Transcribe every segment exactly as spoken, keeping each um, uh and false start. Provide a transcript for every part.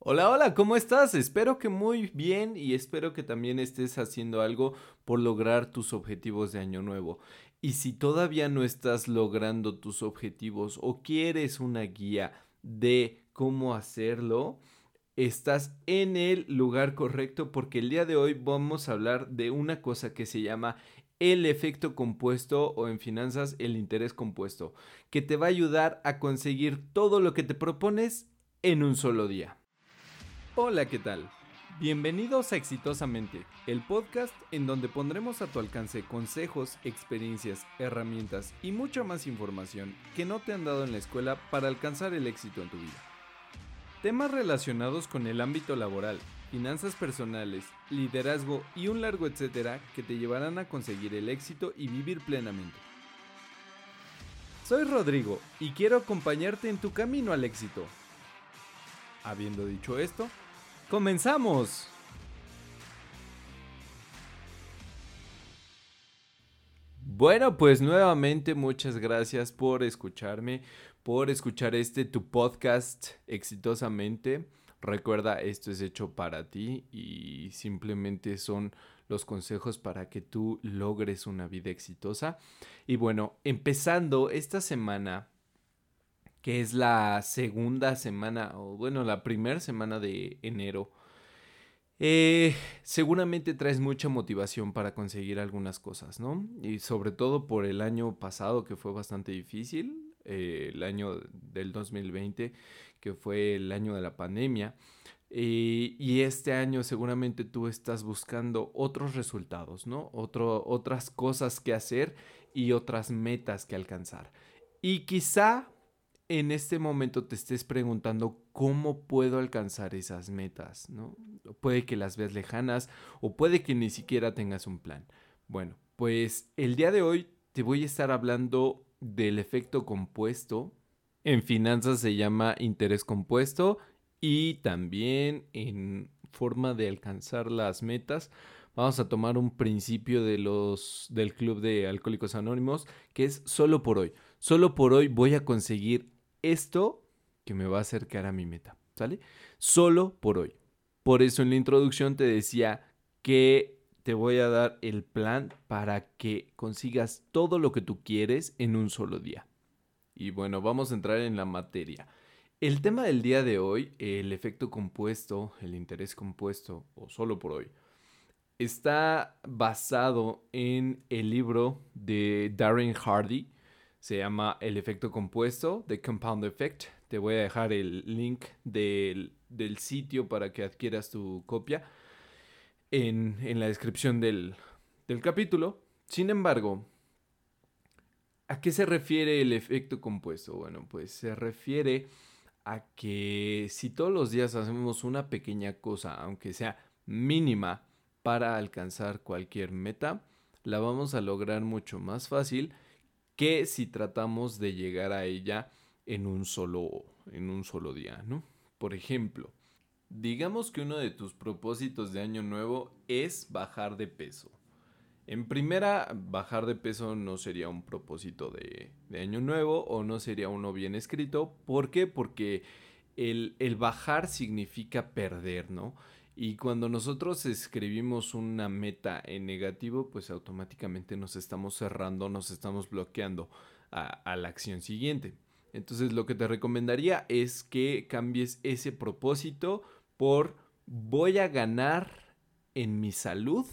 Hola, hola, ¿cómo estás? Espero que muy bien y espero que también estés haciendo algo por lograr tus objetivos de año nuevo. Y si todavía no estás logrando tus objetivos o quieres una guía de cómo hacerlo, estás en el lugar correcto porque el día de hoy vamos a hablar de una cosa que se llama el efecto compuesto o en finanzas el interés compuesto, que te va a ayudar a conseguir todo lo que te propones en un solo día. Hola, ¿qué tal? Bienvenidos a Exitosamente, el podcast en donde pondremos a tu alcance consejos, experiencias, herramientas y mucha más información que no te han dado en la escuela para alcanzar el éxito en tu vida. Temas relacionados con el ámbito laboral, finanzas personales, liderazgo y un largo etcétera que te llevarán a conseguir el éxito y vivir plenamente. Soy Rodrigo y quiero acompañarte en tu camino al éxito. Habiendo dicho esto, ¡comenzamos! Bueno, pues nuevamente muchas gracias por escucharme, por escuchar este tu podcast exitosamente. Recuerda, esto es hecho para ti y simplemente son los consejos para que tú logres una vida exitosa. Y bueno, empezando esta semana, que es la segunda semana, o bueno, la primera semana de enero, eh, seguramente traes mucha motivación para conseguir algunas cosas, ¿no? Y sobre todo por el año pasado que fue bastante difícil, eh, el año del dos mil veinte, que fue el año de la pandemia. Eh, y este año seguramente tú estás buscando otros resultados, ¿no? Otro, otras cosas que hacer y otras metas que alcanzar. Y quizá en este momento te estés preguntando cómo puedo alcanzar esas metas, ¿no? Puede que las veas lejanas o puede que ni siquiera tengas un plan. Bueno, pues el día de hoy te voy a estar hablando del efecto compuesto. En finanzas se llama interés compuesto y también en forma de alcanzar las metas. Vamos a tomar un principio de los del Club de Alcohólicos Anónimos que es solo por hoy. Solo por hoy voy a conseguir esto que me va a acercar a mi meta, ¿sale? Solo por hoy. Por eso en la introducción te decía que te voy a dar el plan para que consigas todo lo que tú quieres en un solo día. Y bueno, vamos a entrar en la materia. El tema del día de hoy, el efecto compuesto, el interés compuesto, o solo por hoy, está basado en el libro de Darren Hardy. Se llama El efecto compuesto, The Compound Effect. Te voy a dejar el link del, del sitio para que adquieras tu copia en, en la descripción del, del capítulo. Sin embargo, ¿a qué se refiere el efecto compuesto? Bueno, pues se refiere a que si todos los días hacemos una pequeña cosa, aunque sea mínima, para alcanzar cualquier meta, la vamos a lograr mucho más fácil que si tratamos de llegar a ella en un solo, en un solo día, ¿no? Por ejemplo, digamos que uno de tus propósitos de año nuevo es bajar de peso. En primera, bajar de peso no sería un propósito de, de año nuevo o no sería uno bien escrito. ¿Por qué? Porque el, el bajar significa perder, ¿no? Y cuando nosotros escribimos una meta en negativo, pues automáticamente nos estamos cerrando, nos estamos bloqueando a, a la acción siguiente. Entonces lo que te recomendaría es que cambies ese propósito por voy a ganar en mi salud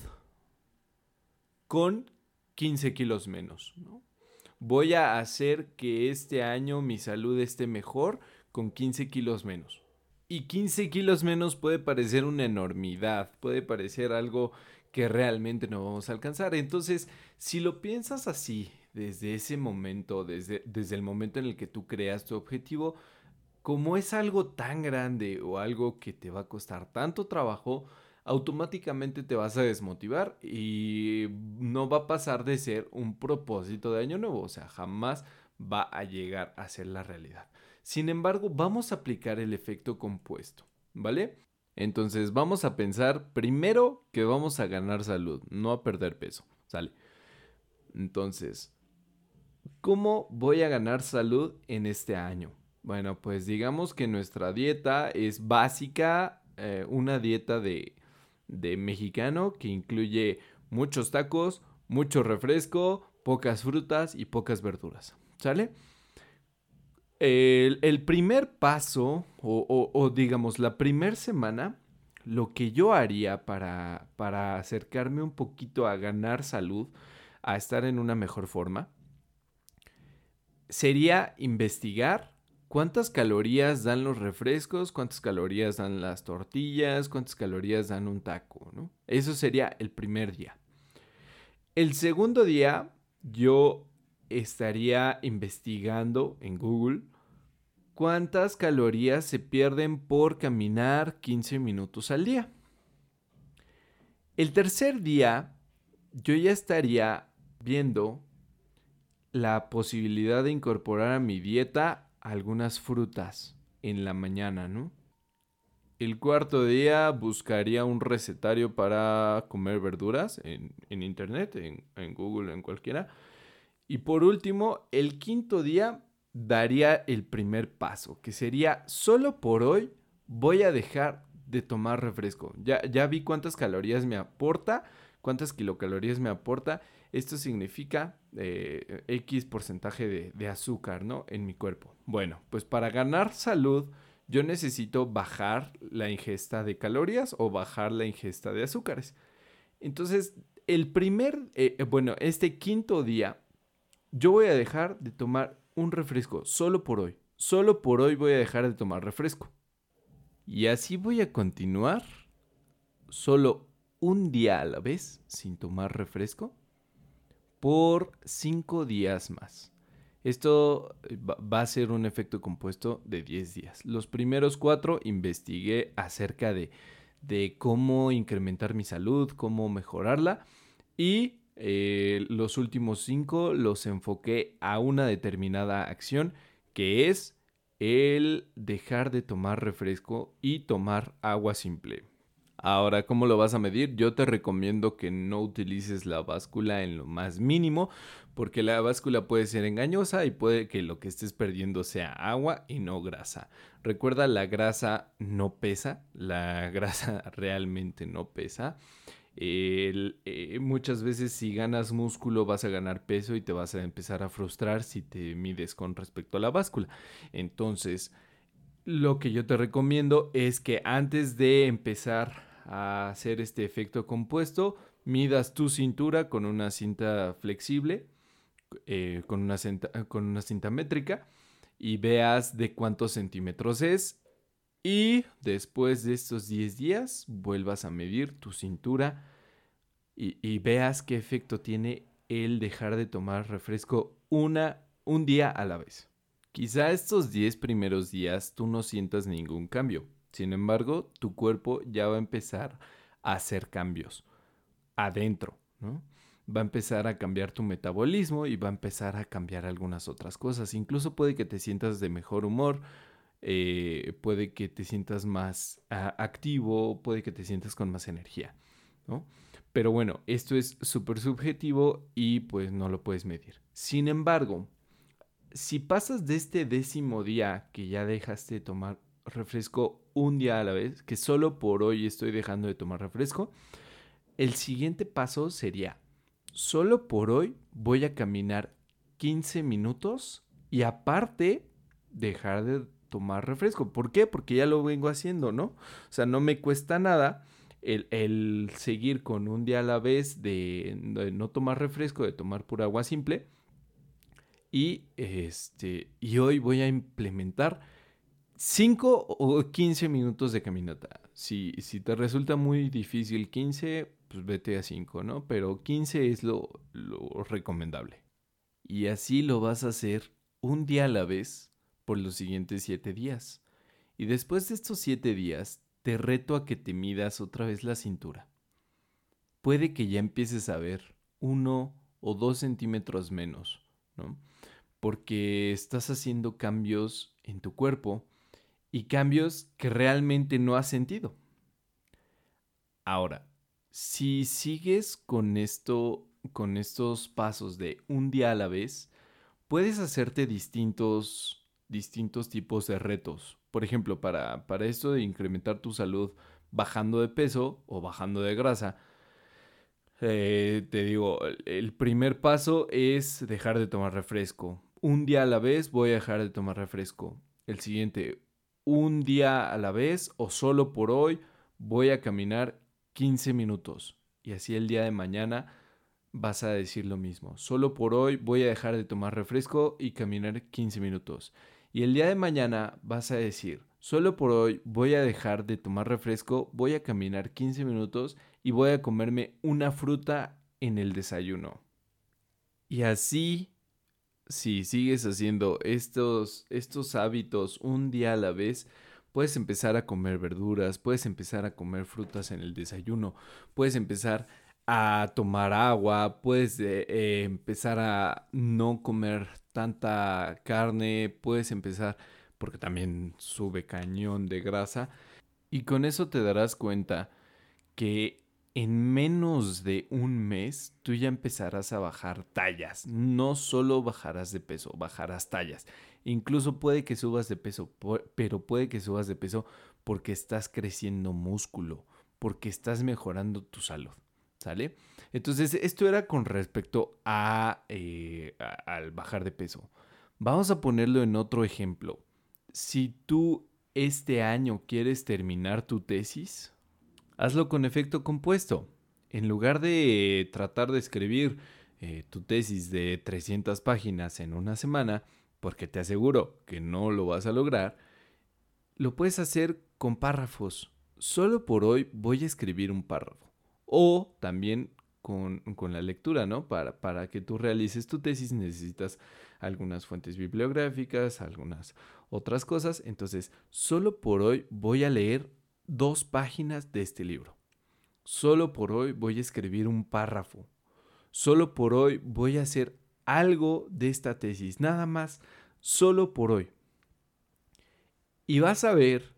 con quince kilos menos, ¿no? Voy a hacer que este año mi salud esté mejor con quince kilos menos. Y quince kilos menos puede parecer una enormidad, puede parecer algo que realmente no vamos a alcanzar. Entonces, si lo piensas así, desde ese momento, desde, desde el momento en el que tú creas tu objetivo, como es algo tan grande o algo que te va a costar tanto trabajo, automáticamente te vas a desmotivar y no va a pasar de ser un propósito de año nuevo, o sea, jamás va a llegar a ser la realidad. Sin embargo, vamos a aplicar el efecto compuesto, ¿vale? Entonces vamos a pensar primero que vamos a ganar salud, no a perder peso, ¿sale? Entonces, ¿cómo voy a ganar salud en este año? Bueno, pues digamos que nuestra dieta es básica, eh, una dieta de, de mexicano que incluye muchos tacos, mucho refresco, pocas frutas y pocas verduras. ¿Sale? El, el primer paso, o, o- o digamos la primera semana, lo que yo haría para, para acercarme un poquito a ganar salud, a estar en una mejor forma, sería investigar cuántas calorías dan los refrescos, cuántas calorías dan las tortillas, cuántas calorías dan un taco, ¿no? Eso sería el primer día. El segundo día, yo estaría investigando en Google cuántas calorías se pierden por caminar quince minutos al día. El tercer día, yo ya estaría viendo la posibilidad de incorporar a mi dieta algunas frutas en la mañana, ¿no? El cuarto día buscaría un recetario para comer verduras en, en internet, en, en Google, en cualquiera. Y por último, el quinto día daría el primer paso, que sería solo por hoy voy a dejar de tomar refresco. Ya, ya vi cuántas calorías me aporta, cuántas kilocalorías me aporta. Esto significa eh, X porcentaje de, de azúcar, ¿no? En mi cuerpo. Bueno, pues para ganar salud yo necesito bajar la ingesta de calorías o bajar la ingesta de azúcares. Entonces, el primer, eh, bueno, este quinto día yo voy a dejar de tomar un refresco solo por hoy. Solo por hoy voy a dejar de tomar refresco. Y así voy a continuar solo un día a la vez sin tomar refresco por cinco días más. Esto va a ser un efecto compuesto de diez días. Los primeros cuatro investigué acerca de, de cómo incrementar mi salud, cómo mejorarla. Y eh, los últimos cinco los enfoqué a una determinada acción, que es el dejar de tomar refresco y tomar agua simple. Ahora, ¿cómo lo vas a medir? Yo te recomiendo que no utilices la báscula en lo más mínimo, porque la báscula puede ser engañosa y puede que lo que estés perdiendo sea agua y no grasa. Recuerda, la grasa no pesa, la grasa realmente no pesa. El, eh, muchas veces si ganas músculo vas a ganar peso y te vas a empezar a frustrar si te mides con respecto a la báscula. Entonces, lo que yo te recomiendo es que antes de empezar a hacer este efecto compuesto, midas tu cintura con una cinta flexible, eh, con, una cinta, con una cinta métrica y veas de cuántos centímetros es. Y después de estos diez días, vuelvas a medir tu cintura y, y veas qué efecto tiene el dejar de tomar refresco una, un día a la vez. Quizá estos diez primeros días tú no sientas ningún cambio. Sin embargo, tu cuerpo ya va a empezar a hacer cambios adentro, ¿no? Va a empezar a cambiar tu metabolismo y va a empezar a cambiar algunas otras cosas. Incluso puede que te sientas de mejor humor, eh, puede que te sientas más uh, activo, puede que te sientas con más energía, ¿no? Pero bueno, esto es súper subjetivo y pues no lo puedes medir. Sin embargo, si pasas de este décimo día que ya dejaste de tomar refresco un día a la vez, que solo por hoy estoy dejando de tomar refresco, el siguiente paso sería, solo por hoy voy a caminar quince minutos y aparte dejar de tomar refresco. ¿Por qué? Porque ya lo vengo haciendo, ¿no? O sea, no me cuesta nada el, el seguir con un día a la vez de, de no tomar refresco, de tomar pura agua simple. Y, este, y hoy voy a implementar cinco o quince minutos de caminata. Si, si te resulta muy difícil quince, pues vete a cinco, ¿no? Pero quince es lo, lo recomendable. Y así lo vas a hacer un día a la vez por los siguientes siete días. Y después de estos siete días, te reto a que te midas otra vez la cintura. Puede que ya empieces a ver uno o dos centímetros menos, ¿no? Porque estás haciendo cambios en tu cuerpo y cambios que realmente no has sentido. Ahora, si sigues con esto, con estos pasos de un día a la vez, puedes hacerte distintos, distintos tipos de retos. Por ejemplo, para, para esto de incrementar tu salud bajando de peso o bajando de grasa, eh, te digo, el- el primer paso es dejar de tomar refresco. Un día a la vez voy a dejar de tomar refresco. El siguiente, un día a la vez o solo por hoy voy a caminar quince minutos. Y así el día de mañana vas a decir lo mismo. Solo por hoy voy a dejar de tomar refresco y caminar quince minutos. Y el día de mañana vas a decir, solo por hoy voy a dejar de tomar refresco, voy a caminar quince minutos y voy a comerme una fruta en el desayuno. Y así, si sigues haciendo estos, estos hábitos un día a la vez, puedes empezar a comer verduras, puedes empezar a comer frutas en el desayuno, puedes empezar a tomar agua, puedes eh, eh, empezar a no comer tanta carne, puedes empezar, porque también sube cañón de grasa, y con eso te darás cuenta que en menos de un mes tú ya empezarás a bajar tallas. No solo bajarás de peso, bajarás tallas. Incluso puede que subas de peso, pero puede que subas de peso porque estás creciendo músculo, porque estás mejorando tu salud. ¿Sale? Entonces, esto era con respecto a, eh, a- al bajar de peso. Vamos a ponerlo en otro ejemplo. Si tú este año quieres terminar tu tesis, hazlo con efecto compuesto. En lugar de tratar de escribir eh, tu tesis de trescientas páginas en una semana, porque te aseguro que no lo vas a lograr, lo puedes hacer con párrafos. Solo por hoy voy a escribir un párrafo. O también con, con la lectura, ¿no? Para, para que tú realices tu tesis necesitas algunas fuentes bibliográficas, algunas otras cosas. Entonces, solo por hoy voy a leer dos páginas de este libro. Solo por hoy voy a escribir un párrafo. Solo por hoy voy a hacer algo de esta tesis. Nada más, solo por hoy. Y vas a ver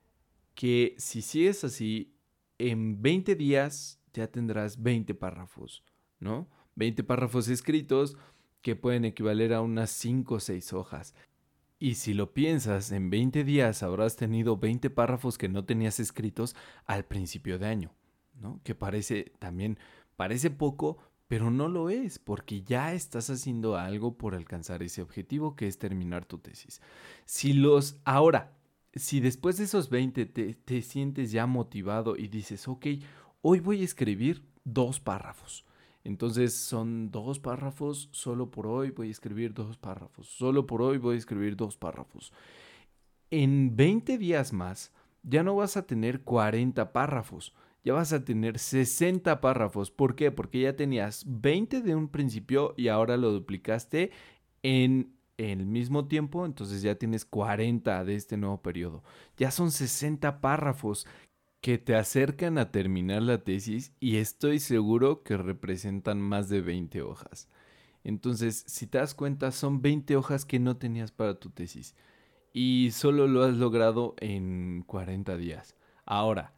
que si sigues así, en veinte días ya tendrás veinte párrafos, ¿no? veinte párrafos escritos que pueden equivaler a unas cinco o seis hojas. Y si lo piensas, en veinte días habrás tenido veinte párrafos que no tenías escritos al principio de año, ¿no? Que parece también, parece poco, pero no lo es, porque ya estás haciendo algo por alcanzar ese objetivo que es terminar tu tesis. Si los, ahora, si después de esos veinte te, te sientes ya motivado y dices, ok, hoy voy a escribir dos párrafos. Entonces son dos párrafos, solo por hoy voy a escribir dos párrafos, solo por hoy voy a escribir dos párrafos. En veinte días más ya no vas a tener cuarenta párrafos, ya vas a tener sesenta párrafos. ¿Por qué? Porque ya tenías veinte de un principio y ahora lo duplicaste en el mismo tiempo, entonces ya tienes cuarenta de este nuevo periodo. Ya son sesenta párrafos que te acercan a terminar la tesis y estoy seguro que representan más de veinte hojas. Entonces, si te das cuenta, son veinte hojas que no tenías para tu tesis y solo lo has logrado en cuarenta días. Ahora,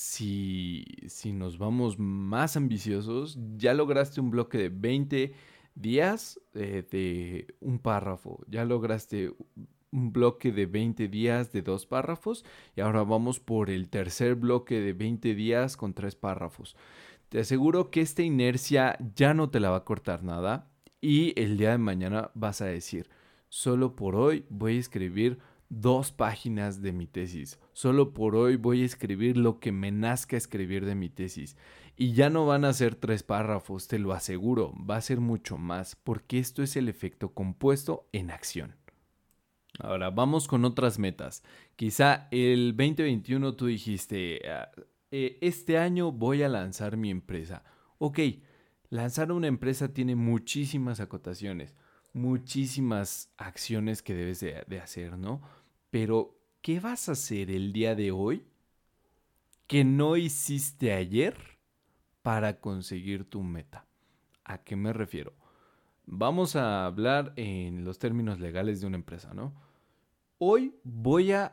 si, si nos vamos más ambiciosos, ya lograste un bloque de veinte días eh, de un párrafo, ya lograste un bloque de veinte días de dos párrafos y ahora vamos por el tercer bloque de veinte días con tres párrafos. Te aseguro que esta inercia ya no te la va a cortar nada y el día de mañana vas a decir, solo por hoy voy a escribir dos páginas de mi tesis. Solo por hoy voy a escribir lo que me nazca escribir de mi tesis. Y ya no van a ser tres párrafos, te lo aseguro, va a ser mucho más, porque esto es el efecto compuesto en acción. Ahora, vamos con otras metas. Quizá el veinte veintiuno tú dijiste, "Ah, eh, este año voy a lanzar mi empresa". Ok, lanzar una empresa tiene muchísimas acotaciones, muchísimas acciones que debes de, de hacer, ¿no? Pero, ¿qué vas a hacer el día de hoy que no hiciste ayer para conseguir tu meta? ¿A qué me refiero? Vamos a hablar en los términos legales de una empresa, ¿no? Hoy voy a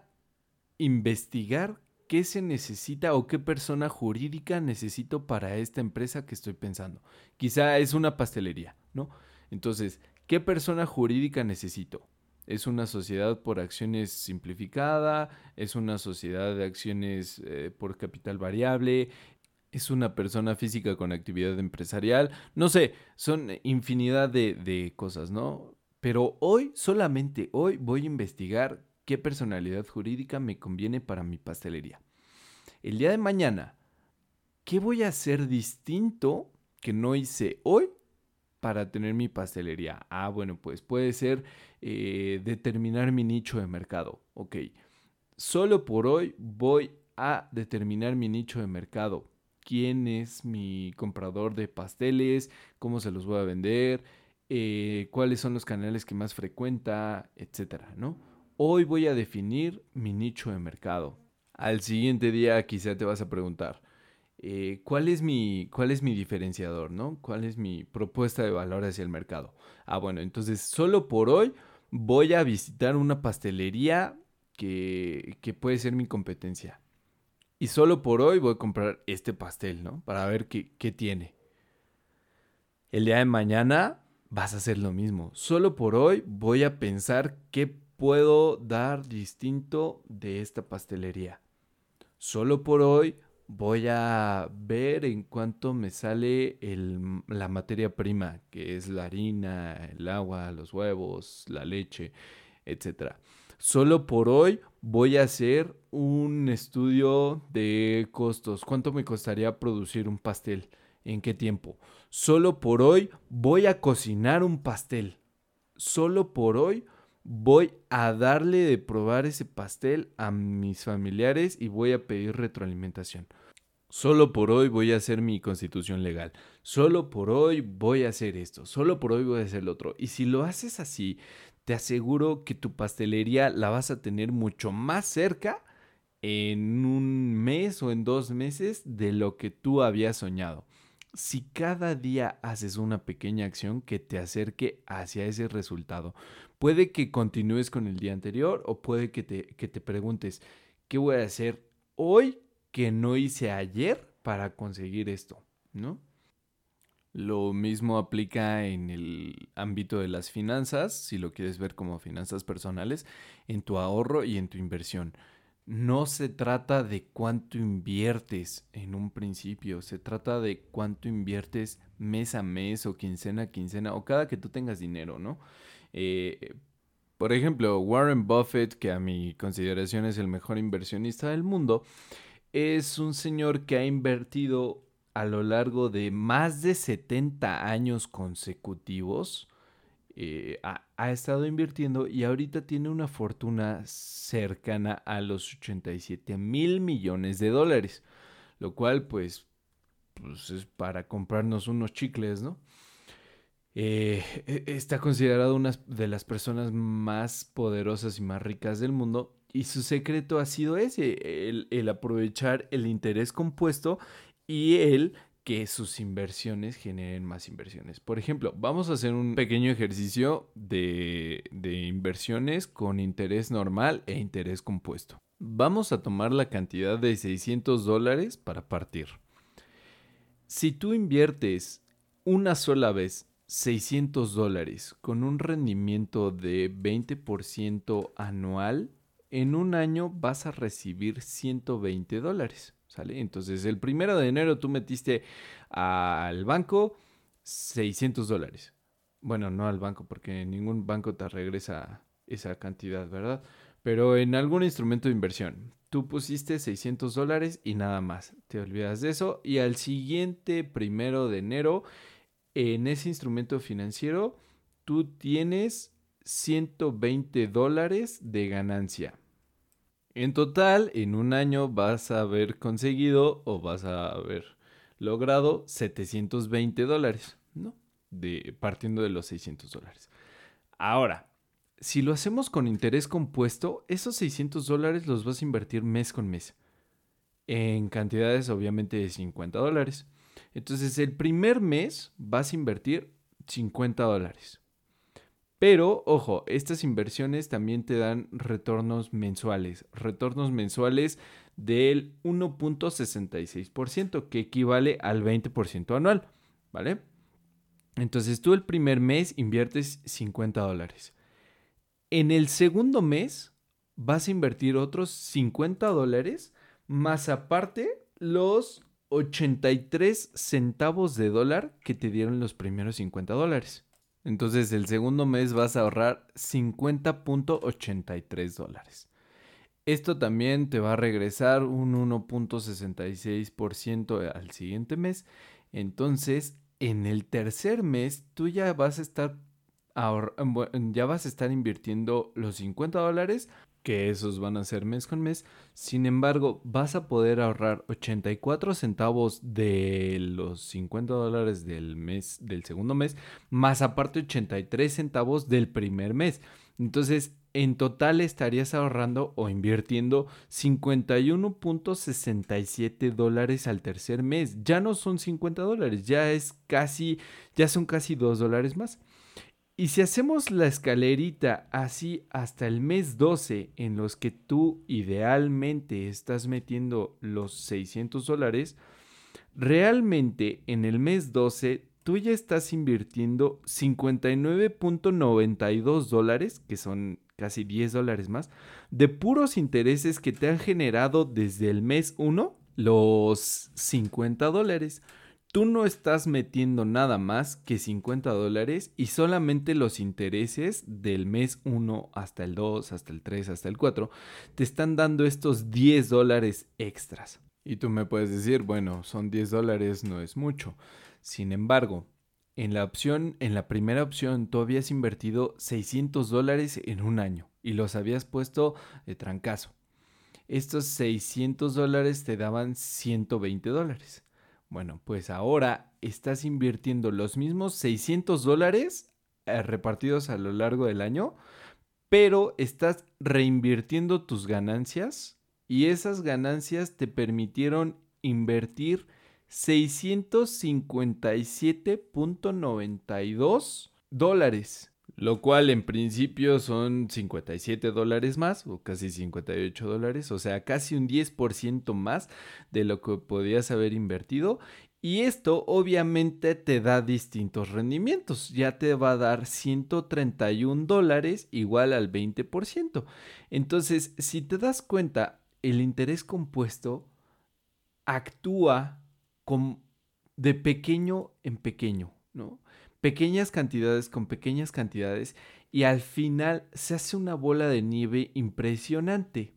investigar qué se necesita o qué persona jurídica necesito para esta empresa que estoy pensando. Quizá es una pastelería, ¿no? Entonces, ¿qué persona jurídica necesito? Es una sociedad por acciones simplificada, es una sociedad de acciones eh, por capital variable, es una persona física con actividad empresarial, no sé, son infinidad de, de cosas, ¿no? Pero hoy, solamente hoy, voy a investigar qué personalidad jurídica me conviene para mi pastelería. El día de mañana, ¿qué voy a hacer distinto que no hice hoy para tener mi pastelería? Ah, bueno, pues puede ser eh, determinar mi nicho de mercado. Ok, solo por hoy voy a determinar mi nicho de mercado. ¿Quién es mi comprador de pasteles? ¿Cómo se los voy a vender? Eh, ¿Cuáles son los canales que más frecuenta? Etcétera, ¿no? Hoy voy a definir mi nicho de mercado. Al siguiente día quizá te vas a preguntar, eh, ¿cuál es mi, cuál es mi diferenciador, ¿no? ¿Cuál es mi propuesta de valor hacia el mercado? Ah, bueno, entonces solo por hoy voy a visitar una pastelería que, que puede ser mi competencia. Y solo por hoy voy a comprar este pastel, ¿no? Para ver qué, qué tiene. El día de mañana vas a hacer lo mismo. Solo por hoy voy a pensar qué puedo dar distinto de esta pastelería. Solo por hoy voy a ver en cuánto me sale el- la materia prima, que es la harina, el agua, los huevos, la leche, etcétera. Solo por hoy voy a hacer un estudio de costos. ¿Cuánto me costaría producir un pastel? ¿En qué tiempo? Solo por hoy voy a cocinar un pastel. Solo por hoy voy a darle de probar ese pastel a mis familiares y voy a pedir retroalimentación. Solo por hoy voy a hacer mi constitución legal. Solo por hoy voy a hacer esto. Solo por hoy voy a hacer lo otro. Y si lo haces así, te aseguro que tu pastelería la vas a tener mucho más cerca en un mes o en dos meses de lo que tú habías soñado. Si cada día haces una pequeña acción que te acerque hacia ese resultado, puede que continúes con el día anterior o puede que te, que te preguntes, ¿qué voy a hacer hoy que no hice ayer para conseguir esto? ¿No? Lo mismo aplica en el ámbito de las finanzas, si lo quieres ver como finanzas personales, en tu ahorro y en tu inversión. No se trata de cuánto inviertes en un principio, se trata de cuánto inviertes mes a mes o quincena a quincena o cada que tú tengas dinero, ¿no? Eh, por ejemplo, Warren Buffett, que a mi consideración es el mejor inversionista del mundo, es un señor que ha invertido a lo largo de más de setenta años consecutivos. Eh, ha, ha estado invirtiendo y ahorita tiene una fortuna cercana a los ochenta y siete mil millones de dólares, lo cual pues, pues es para comprarnos unos chicles, ¿no? Eh, e- está considerado una de las personas más poderosas y más ricas del mundo. Y su secreto ha sido ese, el, el aprovechar el interés compuesto y el que sus inversiones generen más inversiones. Por ejemplo, vamos a hacer un pequeño ejercicio de, de inversiones con interés normal e interés compuesto. Vamos a tomar la cantidad de seiscientos dólares para partir. Si tú inviertes una sola vez seiscientos dólares con un rendimiento de veinte por ciento anual, en un año vas a recibir ciento veinte dólares, ¿sale? Entonces, el primero de enero tú metiste al banco seiscientos dólares. Bueno, no al banco, porque ningún banco te regresa esa cantidad, ¿verdad? Pero en algún instrumento de inversión. Tú pusiste seiscientos dólares y nada más. Te olvidas de eso y al siguiente primero de enero, en ese instrumento financiero, tú tienes ciento veinte dólares de ganancia. En total, en un año vas a haber conseguido o vas a haber logrado setecientos veinte dólares, ¿no? De, partiendo de los seiscientos dólares. Ahora, si lo hacemos con interés compuesto, esos seiscientos dólares los vas a invertir mes con mes. En cantidades obviamente de cincuenta dólares. Entonces el primer mes vas a invertir cincuenta dólares. Pero, ojo, estas inversiones también te dan retornos mensuales. Retornos mensuales del uno punto sesenta y seis por ciento, que equivale al veinte por ciento anual. ¿Vale? Entonces tú el primer mes inviertes cincuenta dólares. En el segundo mes vas a invertir otros cincuenta dólares, más aparte los ochenta y tres centavos de dólar que te dieron los primeros cincuenta dólares. Entonces el segundo mes vas a ahorrar cincuenta punto ochenta y tres dólares. Esto también te va a regresar un uno punto sesenta y seis por ciento al siguiente mes. Entonces, en el tercer mes, tú ya vas a estar ahor- ya vas a estar invirtiendo los cincuenta dólares, que esos van a ser mes con mes. Sin embargo, vas a poder ahorrar ochenta y cuatro centavos de los cincuenta dólares del mes, del segundo mes, más aparte ochenta y tres centavos del primer mes. Entonces, en total estarías ahorrando o invirtiendo cincuenta y uno punto sesenta y siete dólares al tercer mes. Ya no son cincuenta dólares, ya es casi, ya son casi dos dólares más. Y si hacemos la escalerita así hasta el mes doce, en los que tú idealmente estás metiendo los seiscientos dólares, realmente en el mes doce tú ya estás invirtiendo cincuenta y nueve punto noventa y dos dólares, que son casi diez dólares más, de puros intereses que te han generado desde el mes uno los cincuenta dólares. Tú no estás metiendo nada más que cincuenta dólares y solamente los intereses del mes uno hasta el dos, hasta el tres, hasta el cuatro, te están dando estos diez dólares extras. Y tú me puedes decir, bueno, son diez dólares, no es mucho. Sin embargo, en la opción, en la primera opción, tú habías invertido seiscientos dólares en un año y los habías puesto de trancazo. Estos seiscientos dólares te daban ciento veinte dólares. Bueno, pues ahora estás invirtiendo los mismos seiscientos dólares eh, repartidos a lo largo del año, pero estás reinvirtiendo tus ganancias y esas ganancias te permitieron invertir seiscientos cincuenta y siete punto noventa y dos dólares, lo cual en principio son cincuenta y siete dólares más o casi cincuenta y ocho dólares, o sea, casi un diez por ciento más de lo que podías haber invertido. Y esto obviamente te da distintos rendimientos. Ya te va a dar ciento treinta y un dólares igual al veinte por ciento. Entonces, si te das cuenta, el interés compuesto actúa con, de pequeño en pequeño, ¿no? Pequeñas cantidades con pequeñas cantidades y al final se hace una bola de nieve impresionante.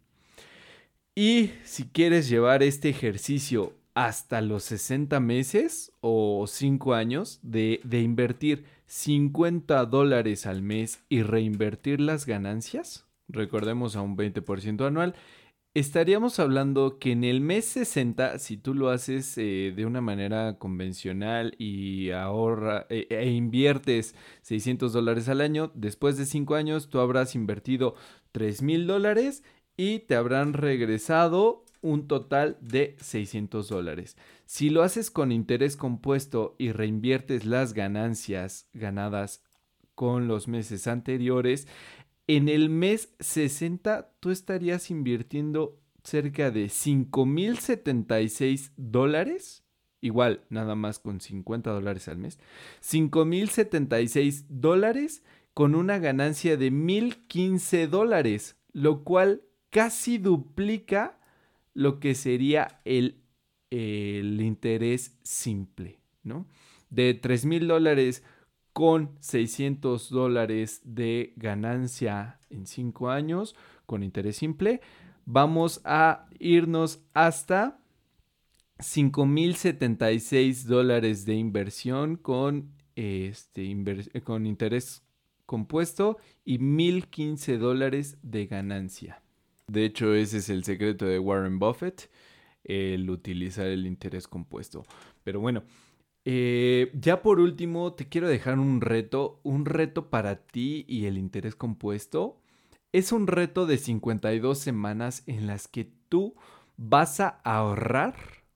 Y si quieres llevar este ejercicio hasta los sesenta meses o cinco años de, de invertir cincuenta dólares al mes y reinvertir las ganancias, recordemos a un veinte por ciento anual, estaríamos hablando que en el mes sesenta, si tú lo haces eh, de una manera convencional y ahorra eh, e inviertes seiscientos dólares al año, después de cinco años tú habrás invertido tres mil dólares y te habrán regresado un total de seiscientos dólares. Si lo haces con interés compuesto y reinviertes las ganancias ganadas con los meses anteriores, en el mes sesenta tú estarías invirtiendo cerca de cinco mil setenta y seis dólares. Igual, nada más con cincuenta dólares al mes. cinco mil setenta y seis dólares con una ganancia de mil quince dólares, lo cual casi duplica lo que sería el, el interés simple, ¿no? De tres mil dólares con seiscientos dólares de ganancia en cinco años con interés simple, vamos a irnos hasta cinco mil setenta y seis dólares de inversión con, este, inver- con interés compuesto y mil quince dólares de ganancia. De hecho, ese es el secreto de Warren Buffett, el utilizar el interés compuesto. Pero bueno, eh, ya por último, te quiero dejar un reto, un reto para ti y el interés compuesto. Es un reto de cincuenta y dos semanas en las que tú vas a ahorrar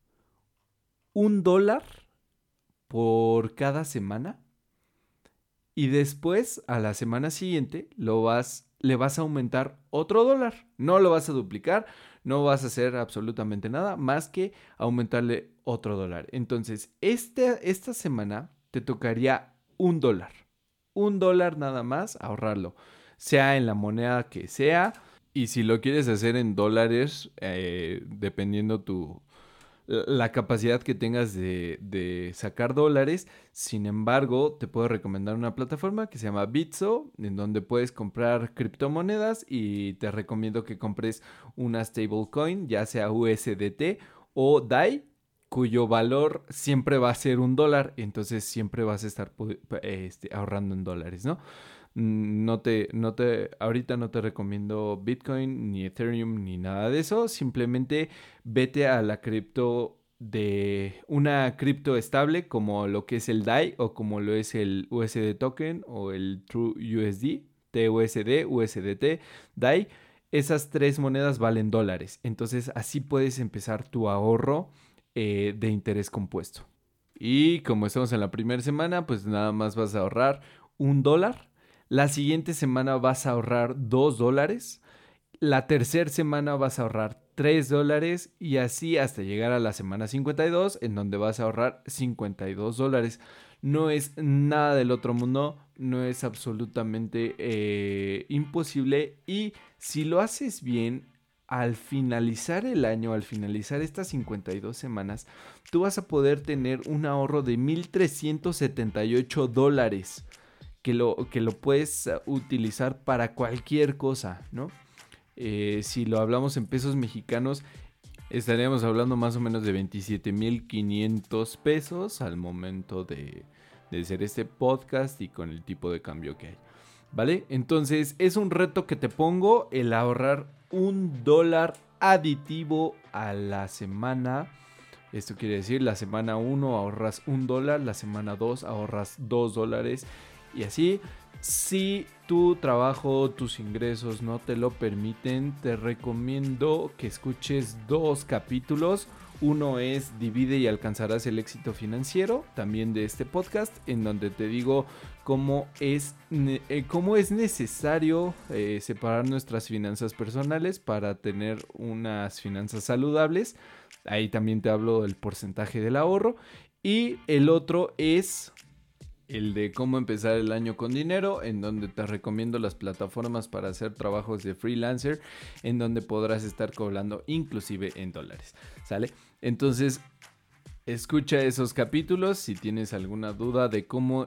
un dólar por cada semana y después, a la semana siguiente, lo vas, le vas a aumentar otro dólar. No lo vas a duplicar, no vas a hacer absolutamente nada más que aumentarle otro dólar. Entonces, este, esta semana te tocaría un dólar. Un dólar nada más ahorrarlo. sea en la moneda que sea. Y si lo quieres hacer en dólares, eh, dependiendo tu la capacidad que tengas de, de sacar dólares. Sin embargo, te puedo recomendar una plataforma que se llama Bitso, en donde puedes comprar criptomonedas y te recomiendo que compres una stablecoin, ya sea U S D T o D A I, cuyo valor siempre va a ser un dólar, entonces siempre vas a estar este, ahorrando en dólares, ¿no? No te, no te, ahorita no te recomiendo Bitcoin, ni Ethereum, ni nada de eso. Simplemente vete a la cripto de una cripto estable como lo que es el D A I o como lo es el U S D Token o el True U S D, T U S D, U S D T, D A I. Esas tres monedas valen dólares. Entonces así puedes empezar tu ahorro eh, de interés compuesto. Y como estamos en la primera semana, pues nada más vas a ahorrar un dólar. La siguiente semana vas a ahorrar dos dólares. La tercera semana vas a ahorrar tres dólares y así hasta llegar a la semana cincuenta y dos, en donde vas a ahorrar cincuenta y dos dólares. No es nada del otro mundo, no es absolutamente eh, imposible, y si lo haces bien, al finalizar el año, al finalizar estas cincuenta y dos semanas, tú vas a poder tener un ahorro de mil trescientos setenta y ocho dólares. Que lo, que lo puedes utilizar para cualquier cosa, ¿no? Eh, si lo hablamos en pesos mexicanos, estaríamos hablando más o menos de veintisiete mil quinientos pesos al momento de, de hacer este podcast y con el tipo de cambio que hay, ¿vale? Entonces es un reto que te pongo, el ahorrar un dólar aditivo a la semana. Esto quiere decir, la semana uno ahorras un dólar, la semana dos ahorras dos dólares. Y así, si tu trabajo, tus ingresos no te lo permiten, te recomiendo que escuches dos capítulos. Uno es Divide y alcanzarás el éxito financiero, también de este podcast, en donde te digo cómo es, eh, cómo es necesario eh, separar nuestras finanzas personales para tener unas finanzas saludables. Ahí también te hablo del porcentaje del ahorro. Y el otro es el de cómo empezar el año con dinero, en donde te recomiendo las plataformas para hacer trabajos de freelancer, en donde podrás estar cobrando inclusive en dólares, ¿sale? Entonces, escucha esos capítulos si tienes alguna duda de cómo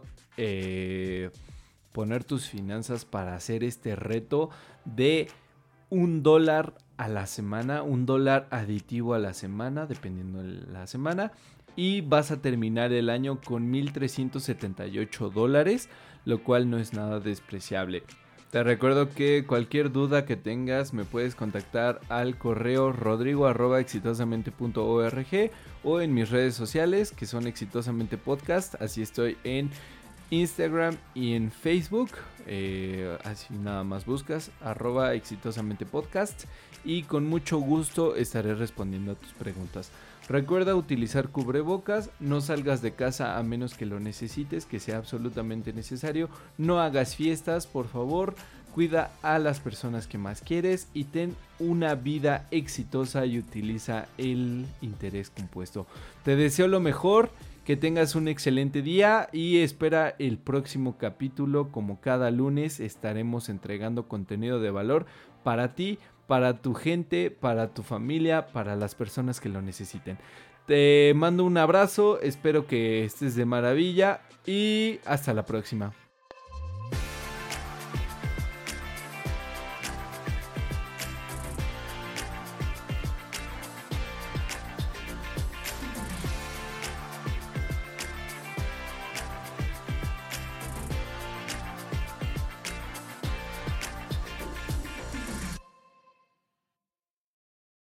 eh, poner tus finanzas para hacer este reto de un dólar a la semana, un dólar aditivo a la semana, dependiendo de la semana. Y vas a terminar el año con mil trescientos setenta y ocho dólares, lo cual no es nada despreciable. Te recuerdo que cualquier duda que tengas me puedes contactar al correo rodrigo arroba exitosamente punto org o en mis redes sociales, que son Exitosamente Podcast. Así estoy en Instagram y en Facebook. Eh, así nada más buscas arroba exitosamente podcast y con mucho gusto estaré respondiendo a tus preguntas. Recuerda utilizar cubrebocas, no salgas de casa a menos que lo necesites, que sea absolutamente necesario. No hagas fiestas, por favor. Cuida a las personas que más quieres y ten una vida exitosa y utiliza el interés compuesto. Te deseo lo mejor, que tengas un excelente día y espera el próximo capítulo. Como cada lunes estaremos entregando contenido de valor para ti, para tu gente, para tu familia, para las personas que lo necesiten. Te mando un abrazo, espero que estés de maravilla y hasta la próxima.